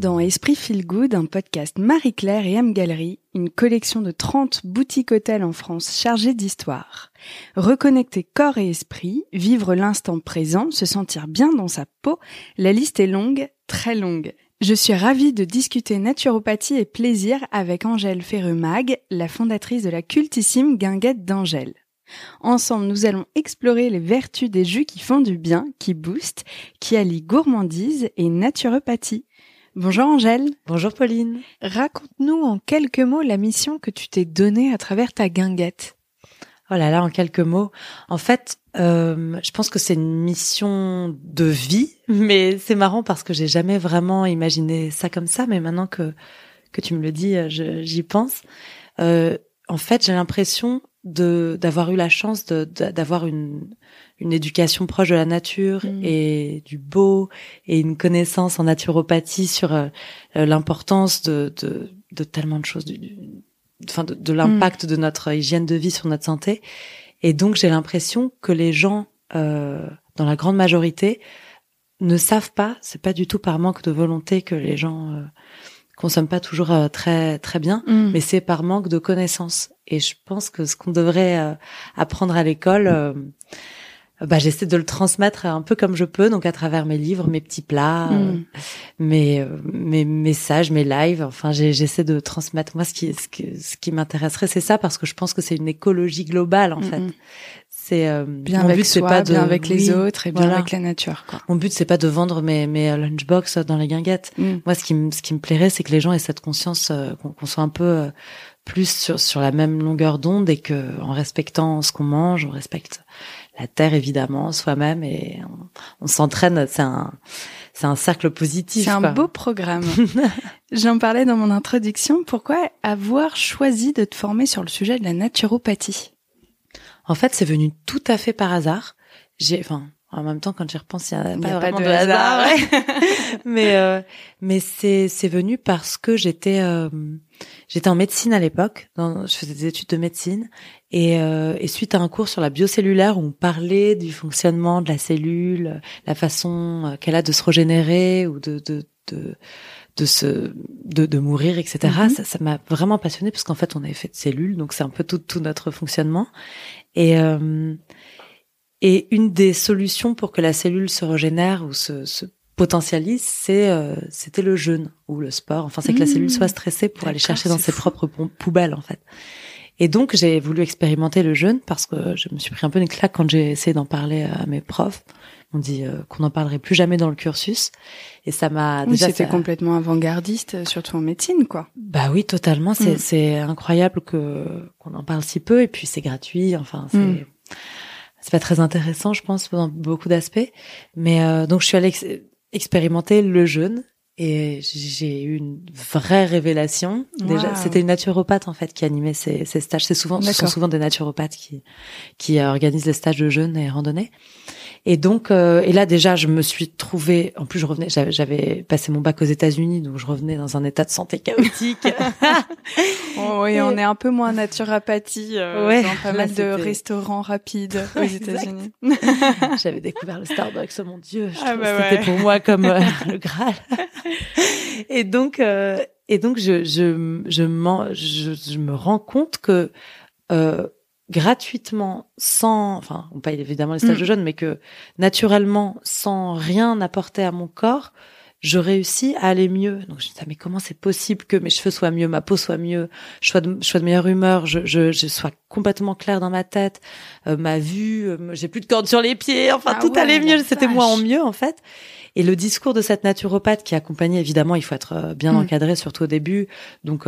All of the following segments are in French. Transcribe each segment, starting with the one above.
dans Esprit Feel Good, un podcast Marie-Claire et Am Galerie, une collection de 30 boutiques-hôtels en France chargées d'histoire. Reconnecter corps et esprit, vivre l'instant présent, se sentir bien dans sa peau, la liste est longue, très longue. Je suis ravie de discuter naturopathie et plaisir avec Angèle Ferreux-Mag, la fondatrice de la cultissime Guinguette d'Angèle. Ensemble, nous allons explorer les vertus des jus qui font du bien, qui boostent, qui allient gourmandise et naturopathie. Bonjour Angèle. Bonjour Pauline. Raconte-nous en quelques mots la mission que tu t'es donnée à travers ta guinguette. Oh là là, en quelques mots. En fait, je pense que c'est une mission de vie, mais c'est marrant parce que j'ai jamais vraiment imaginé ça comme ça, mais maintenant que tu me le dis, j'y pense. En fait, j'ai l'impression d'avoir eu la chance d'avoir une éducation proche de la nature et du beau et une connaissance en naturopathie sur l'importance de tellement de choses, de l'impact de notre hygiène de vie sur notre santé. Et donc j'ai l'impression que les gens dans la grande majorité ne savent pas, c'est pas du tout par manque de volonté que les gens consomment pas toujours très très bien, mais c'est par manque de connaissances. Et je pense que ce qu'on devrait apprendre à l'école, j'essaie de le transmettre un peu comme je peux, donc à travers mes livres, mes petits plats, mes messages, mes lives. Enfin, j'essaie de transmettre. Moi, ce qui m'intéresserait, c'est ça, parce que je pense que c'est une écologie globale en fait. C'est bien avec soi, bien avec les autres et bien avec la nature, quoi. Mon but, c'est pas de vendre mes lunchbox dans les guinguettes. Moi, ce qui me plairait, c'est que les gens aient cette conscience qu'on soit un peu plus sur la même longueur d'onde, et que en respectant ce qu'on mange, on respecte la terre évidemment, soi-même, et on s'entraîne. C'est un cercle positif. C'est un beau programme. J'en parlais dans mon introduction. Pourquoi avoir choisi de te former sur le sujet de la naturopathie ? En fait, c'est venu tout à fait par hasard. En même temps, quand j'y repense, il n'y a pas vraiment de hasard. Ouais. Mais c'est venu parce que j'étais en médecine à l'époque. Je faisais des études de médecine, et suite à un cours sur la biocellulaire où on parlait du fonctionnement de la cellule, la façon qu'elle a de se régénérer ou de mourir, etc. Ça m'a vraiment passionnée, parce qu'en fait, on avait fait de cellules, donc c'est un peu tout notre fonctionnement. Et une des solutions pour que la cellule se régénère ou se potentialise, c'était le jeûne ou le sport. Enfin, c'est que la cellule soit stressée pour aller chercher dans ses propres poubelles, en fait. Et donc, j'ai voulu expérimenter le jeûne, parce que je me suis pris un peu une claque quand j'ai essayé d'en parler à mes profs. On dit qu'on n'en parlerait plus jamais dans le cursus. Et ça m'a déjà... C'était complètement avant-gardiste, surtout en médecine, quoi. Bah oui, totalement. C'est incroyable qu'on en parle si peu, et puis c'est gratuit. Enfin, c'est pas très intéressant, je pense, dans beaucoup d'aspects. Mais donc, je suis allée expérimenter le jeûne, et j'ai eu une vraie révélation. Déjà, c'était une naturopathe, en fait, qui animait ces stages. Ce sont souvent des naturopathes qui organisent les stages de jeûne et randonnée. Et donc, et là déjà, je me suis trouvée. En plus, j'avais passé mon bac aux États-Unis, donc je revenais dans un état de santé chaotique. Oui, on est un peu moins naturopathie dans pas mal de restaurants rapides aux États-Unis. J'avais découvert le Starbucks, oh mon Dieu, c'était pour moi comme le Graal. Et donc, je me rends compte que gratuitement, on paye évidemment les stages de jeûne, mais que naturellement, sans rien apporter à mon corps, je réussis à aller mieux. Donc je me dis, mais comment c'est possible que mes cheveux soient mieux, ma peau soit mieux, je sois de meilleure humeur, je sois complètement claire dans ma tête, ma vue, j'ai plus de cordes sur les pieds, tout allait mieux, c'était moi en mieux, en fait. Et le discours de cette naturopathe qui accompagnait, évidemment, il faut être bien encadré, surtout au début. Donc,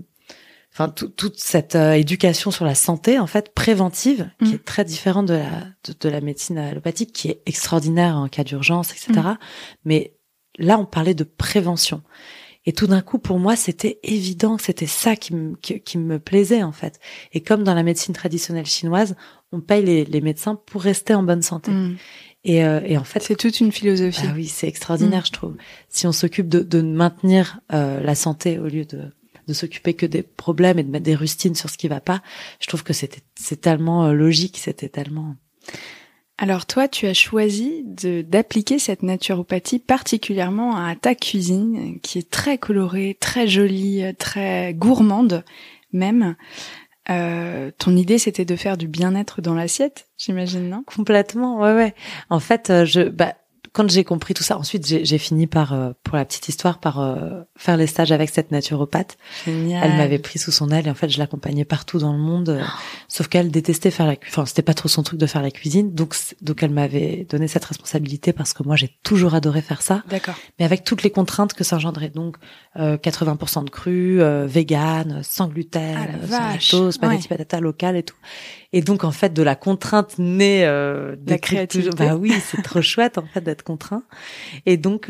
toute cette éducation sur la santé, en fait, préventive, qui est très différente de la médecine allopathique, qui est extraordinaire en cas d'urgence, etc. Mais là, on parlait de prévention. Et tout d'un coup, pour moi, c'était évident que c'était ça qui me plaisait, en fait. Et comme dans la médecine traditionnelle chinoise, on paye les médecins pour rester en bonne santé. Et en fait, c'est toute une philosophie. Ah oui, c'est extraordinaire, je trouve. Si on s'occupe de maintenir la santé au lieu de s'occuper que des problèmes et de mettre des rustines sur ce qui va pas, je trouve que c'est tellement logique, c'était tellement... Alors toi, tu as choisi d'appliquer cette naturopathie particulièrement à ta cuisine, qui est très colorée, très jolie, très gourmande même. Ton idée, c'était de faire du bien-être dans l'assiette, j'imagine, non? Complètement, ouais. En fait, quand j'ai compris tout ça, ensuite j'ai fini par, pour la petite histoire, par faire les stages avec cette naturopathe. Génial. Elle m'avait pris sous son aile et en fait je l'accompagnais partout dans le monde. Sauf qu'elle détestait faire la cuisine. Enfin, c'était pas trop son truc de faire la cuisine, donc elle m'avait donné cette responsabilité parce que moi j'ai toujours adoré faire ça. D'accord. Mais avec toutes les contraintes que ça engendrait. Donc 80% de cru, vegan, sans gluten, sans lactose, spaghetti patata local et tout. Et donc en fait de la contrainte naît la créativité. Bah oui, c'est trop chouette en fait d'être contraint. Et donc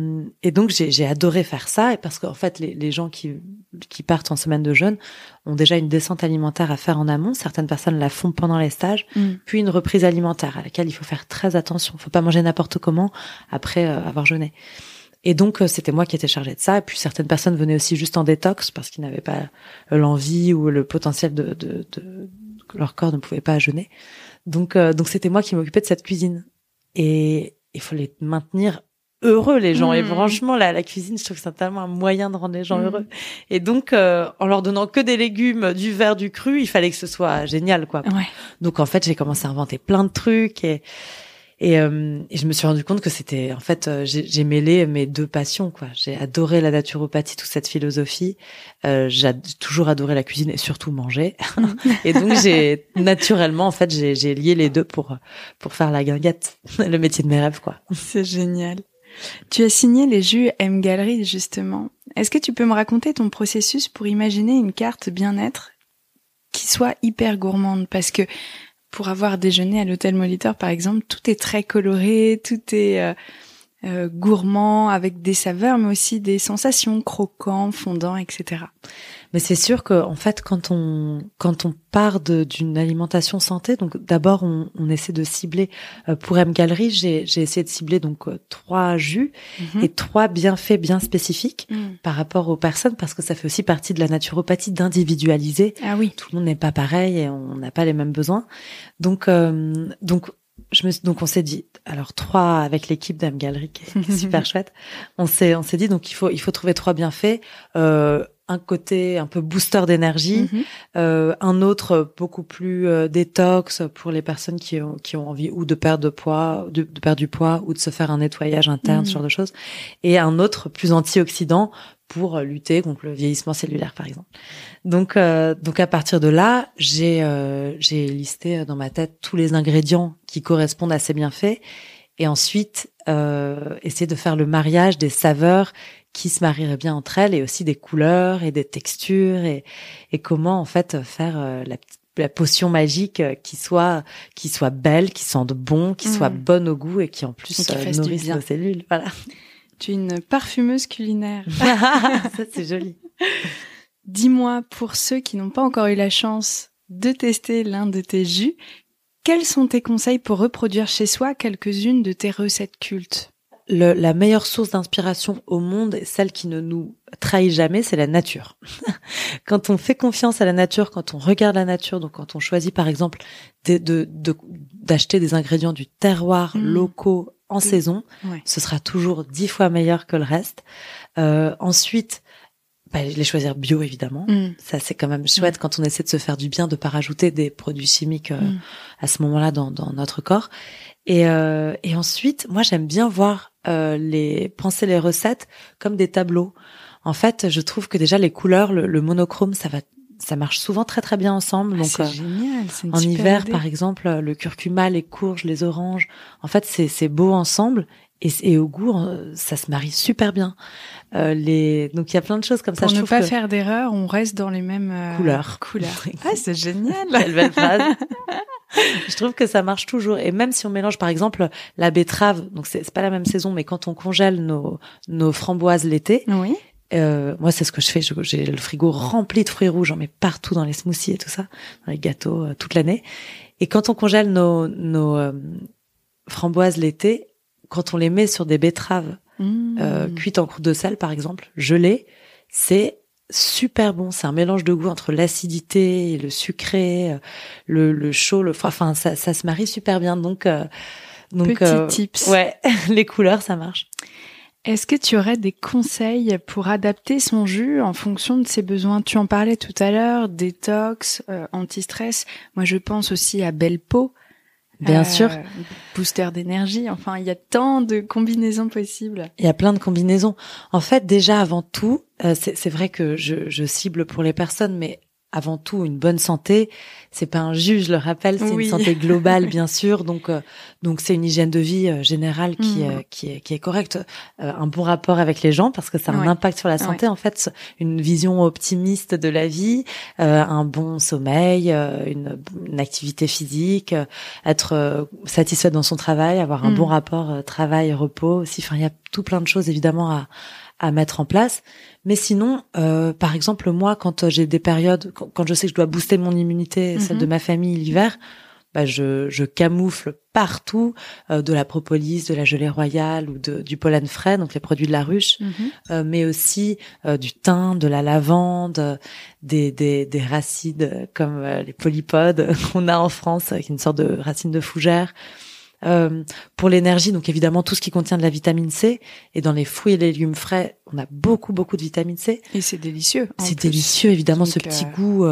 j'ai adoré faire ça, et parce qu'en fait les gens qui partent en semaine de jeûne ont déjà une descente alimentaire à faire en amont. Certaines personnes la font pendant les stages, puis une reprise alimentaire à laquelle il faut faire très attention. Faut pas manger n'importe comment après avoir jeûné. Et donc c'était moi qui étais chargée de ça. Et puis certaines personnes venaient aussi juste en détox parce qu'ils n'avaient pas l'envie ou le potentiel de leur corps ne pouvait pas jeûner. Donc c'était moi qui m'occupais de cette cuisine. Et il faut les maintenir heureux, les gens. Et franchement, la cuisine, je trouve que c'est tellement un moyen de rendre les gens heureux. Et donc, en leur donnant que des légumes, du vert, du cru, il fallait que ce soit génial, quoi. Ouais. Donc en fait, j'ai commencé à inventer plein de trucs et je me suis rendu compte que c'était, en fait, j'ai mêlé mes deux passions, quoi. J'ai adoré la naturopathie, toute cette philosophie. J'ai toujours adoré la cuisine et surtout manger. Et donc j'ai naturellement, en fait, j'ai lié les deux pour faire la guinguette, le métier de mes rêves, quoi. C'est génial. Tu as signé les jus M Gallery, justement. Est-ce que tu peux me raconter ton processus pour imaginer une carte bien-être qui soit hyper gourmande? Parce que pour avoir déjeuné à l'hôtel Molitor, par exemple, tout est très coloré, tout est gourmand, avec des saveurs, mais aussi des sensations, croquants, fondants, etc. Mais c'est sûr que, en fait, quand on part d'une alimentation santé, donc d'abord on essaie de cibler pour M Gallery, j'ai essayé de cibler donc 3 jus et 3 bienfaits bien spécifiques par rapport aux personnes, parce que ça fait aussi partie de la naturopathie d'individualiser. Ah oui. Tout le monde n'est pas pareil et on n'a pas les mêmes besoins. Donc on s'est dit, alors 3 avec l'équipe d'M Gallery qui est super chouette. On s'est dit donc il faut trouver 3 bienfaits. Un côté un peu booster d'énergie, un autre beaucoup plus détox pour les personnes qui ont envie ou de perdre de poids, de perdre du poids ou de se faire un nettoyage interne, ce genre de choses, et un autre plus antioxydant pour lutter contre le vieillissement cellulaire, par exemple. Donc à partir de là, j'ai listé dans ma tête tous les ingrédients qui correspondent à ces bienfaits, et ensuite essayer de faire le mariage des saveurs qui se marieraient bien entre elles, et aussi des couleurs et des textures, et comment en fait faire la potion magique qui soit belle, qui sente bon, qui soit bonne au goût et qui en plus nourrisse nos cellules. Voilà. Tu es une parfumeuse culinaire. Ça, c'est joli. Dis-moi, pour ceux qui n'ont pas encore eu la chance de tester l'un de tes jus, quels sont tes conseils pour reproduire chez soi quelques-unes de tes recettes cultes? La meilleure source d'inspiration au monde, celle qui ne nous trahit jamais, c'est la nature. Quand on fait confiance à la nature, quand on regarde la nature, donc quand on choisit par exemple d'acheter des ingrédients du terroir locaux en saison, ce sera toujours 10 fois meilleur que le reste. Ensuite, les choisir bio, évidemment. Ça, c'est quand même chouette quand on essaie de se faire du bien, de pas rajouter des produits chimiques à ce moment-là dans notre corps. Et ensuite, moi, j'aime bien voir penser les recettes comme des tableaux. En fait, je trouve que déjà les couleurs, le monochrome, ça marche souvent très très bien ensemble. Donc c'est génial, c'est une en super hiver, idée. par exemple, le curcuma, les courges, les oranges, en fait, c'est beau ensemble. Et au goût, ça se marie super bien. Donc il y a plein de choses comme ça. Pour ne pas faire d'erreur, on reste dans les mêmes couleurs. Ah, c'est génial. Quelle belle phrase. Je trouve que ça marche toujours. Et même si on mélange, par exemple, la betterave, donc c'est pas la même saison, mais quand on congèle nos framboises l'été, oui. Moi, c'est ce que je fais. J'ai le frigo rempli de fruits rouges, j'en mets partout dans les smoothies et tout ça, dans les gâteaux toute l'année. Et quand on congèle nos framboises l'été, quand on les met sur des betteraves cuites en croûte de sel, par exemple, gelées, c'est super bon. C'est un mélange de goût entre l'acidité et le sucré, le chaud, le froid. Enfin, ça se marie super bien. Donc Petit tips. Ouais, les couleurs, ça marche. Est-ce que tu aurais des conseils pour adapter son jus en fonction de ses besoins? Tu en parlais tout à l'heure, détox, anti-stress. Moi, je pense aussi à Belle Peau. Bien sûr. Booster d'énergie. Enfin, il y a tant de combinaisons possibles. Il y a plein de combinaisons. En fait, déjà, avant tout, c'est vrai que je cible pour les personnes, mais avant tout, une bonne santé, c'est pas un jus, je le rappelle, c'est une santé globale, bien sûr. Donc c'est une hygiène de vie générale qui est correcte. Un bon rapport avec les gens, parce que ça a un impact sur la santé. En fait, une vision optimiste de la vie, un bon sommeil, une activité physique, être satisfaite dans son travail, avoir un bon rapport travail-repos aussi. Enfin, il y a tout plein de choses, évidemment, à mettre en place. Mais sinon, par exemple, moi, quand j'ai des périodes, quand je sais que je dois booster mon immunité, celle de ma famille l'hiver, bah je camoufle partout de la propolis, de la gelée royale ou du pollen frais, donc les produits de la ruche, mais aussi du thym, de la lavande, des racines comme les polypodes qu'on a en France, qui est une sorte de racine de fougère. Pour l'énergie, donc évidemment tout ce qui contient de la vitamine C, et dans les fruits et les légumes frais, on a beaucoup de vitamine C. Et c'est délicieux. C'est délicieux, évidemment, donc, ce petit goût.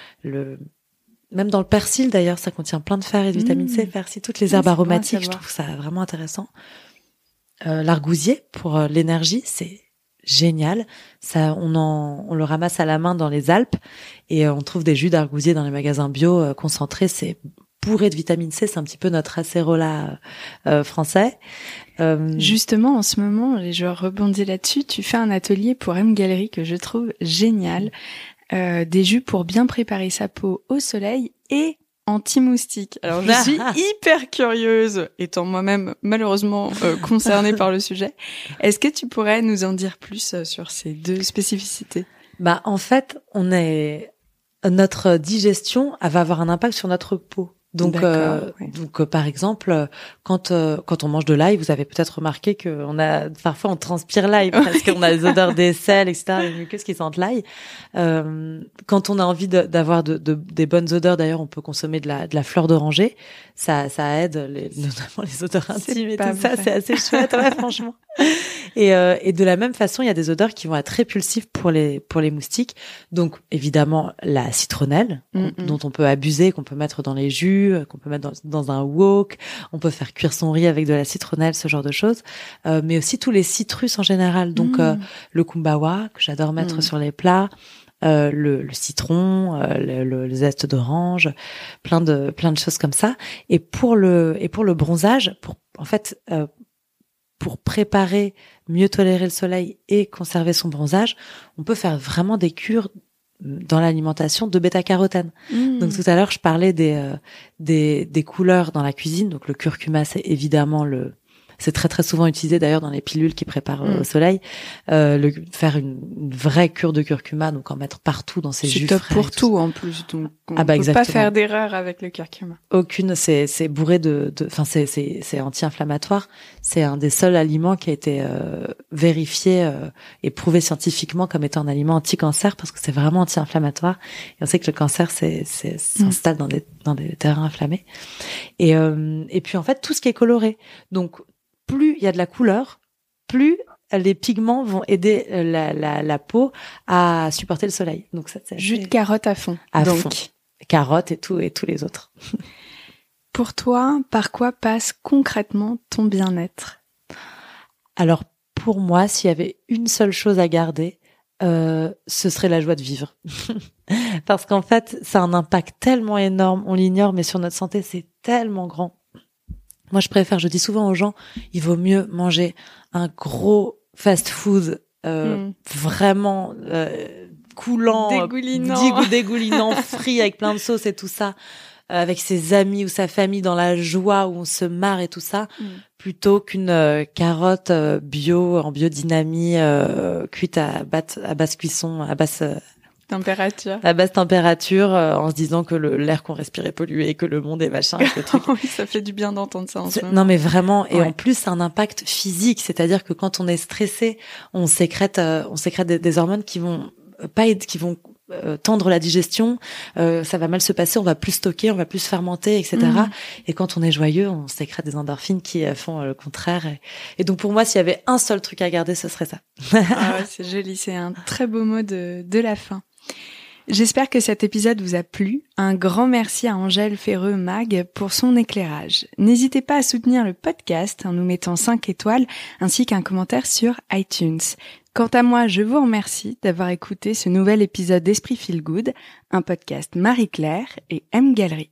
Même dans le persil, d'ailleurs, ça contient plein de fer et de vitamine C. Le persil, toutes les herbes aromatiques, je trouve ça vraiment intéressant. L'argousier pour l'énergie, c'est génial. Ça, on le ramasse à la main dans les Alpes, et on trouve des jus d'argousier dans les magasins bio concentrés. C'est bourré de vitamine C, c'est un petit peu notre acérola français. Justement, en ce moment, je rebondis là-dessus, tu fais un atelier pour M Galerie que je trouve génial. Des jus pour bien préparer sa peau au soleil et anti-moustique. Alors, je suis hyper curieuse, étant moi-même malheureusement concernée par le sujet. Est-ce que tu pourrais nous en dire plus sur ces deux spécificités? Bah, en fait, notre digestion, elle va avoir un impact sur notre peau. Donc par exemple, quand on mange de l'ail, vous avez peut-être remarqué que parfois on transpire l'ail parce qu'on a les odeurs des sels, etc., les muqueuses qui sentent l'ail. Quand on a envie d'avoir des bonnes odeurs, d'ailleurs, on peut consommer de la fleur d'oranger. Ça aide, notamment les odeurs intimes et tout ça. C'est assez chouette, ouais, franchement. Et de la même façon, il y a des odeurs qui vont être répulsives pour les moustiques. Donc évidemment la citronnelle dont on peut abuser, qu'on peut mettre dans les jus, qu'on peut mettre dans un wok, on peut faire cuire son riz avec de la citronnelle, ce genre de choses. Mais aussi tous les citrus en général. Donc le kumbawa que j'adore mettre sur les plats. Le citron, le zeste d'orange, plein de choses comme ça. Et pour le bronzage, pour préparer, mieux tolérer le soleil et conserver son bronzage, on peut faire vraiment des cures dans l'alimentation de bêta-carotène. Donc tout à l'heure, je parlais des couleurs dans la cuisine. Donc le curcuma, c'est évidemment c'est très très souvent utilisé d'ailleurs dans les pilules qui préparent au soleil. Faire une vraie cure de curcuma, donc en mettre partout dans ses jus frais. C'est top pour tout en plus, donc on peut exactement. Pas faire d'erreur avec le curcuma. Aucune, c'est bourré c'est anti-inflammatoire. C'est un des seuls aliments qui a été vérifié et prouvé scientifiquement comme étant un aliment anti-cancer parce que c'est vraiment anti-inflammatoire. Et on sait que le cancer s'installe dans des terrains inflammés. Et puis en fait tout ce qui est coloré. Donc plus il y a de la couleur, plus les pigments vont aider la peau à supporter le soleil. Donc ça, c'est jus de carotte à fond. Carotte et tous les autres. Pour toi, par quoi passe concrètement ton bien-être? Alors pour moi, s'il y avait une seule chose à garder, ce serait la joie de vivre. Parce qu'en fait, ça a un impact tellement énorme, on l'ignore, mais sur notre santé, c'est tellement grand. Moi, je dis souvent aux gens, il vaut mieux manger un gros fast-food vraiment coulant, dégoulinant, frit avec plein de sauce et tout ça, avec ses amis ou sa famille dans la joie où on se marre et tout ça, plutôt qu'une carotte bio en biodynamie cuite à basse cuisson, à basse température, en se disant que l'air qu'on respire est pollué, que le monde est machin, que le truc. Oui, ça fait du bien d'entendre ça en ce moment. Non, mais vraiment. Et en plus, c'est un impact physique. C'est-à-dire que quand on est stressé, on sécrète des hormones qui vont qui vont tendre la digestion, ça va mal se passer, on va plus stocker, on va plus fermenter, etc. Et quand on est joyeux, on sécrète des endorphines qui font le contraire. Et donc pour moi, s'il y avait un seul truc à garder, ce serait ça. Ah ouais, c'est joli, c'est un très beau mot de la fin. J'espère que cet épisode vous a plu. Un grand merci à Angèle Ferreux-Mag pour son éclairage. N'hésitez pas à soutenir le podcast en nous mettant 5 étoiles ainsi qu'un commentaire sur iTunes. Quant à moi, je vous remercie d'avoir écouté ce nouvel épisode d'Esprit Feel Good, un podcast Marie-Claire et M Galerie.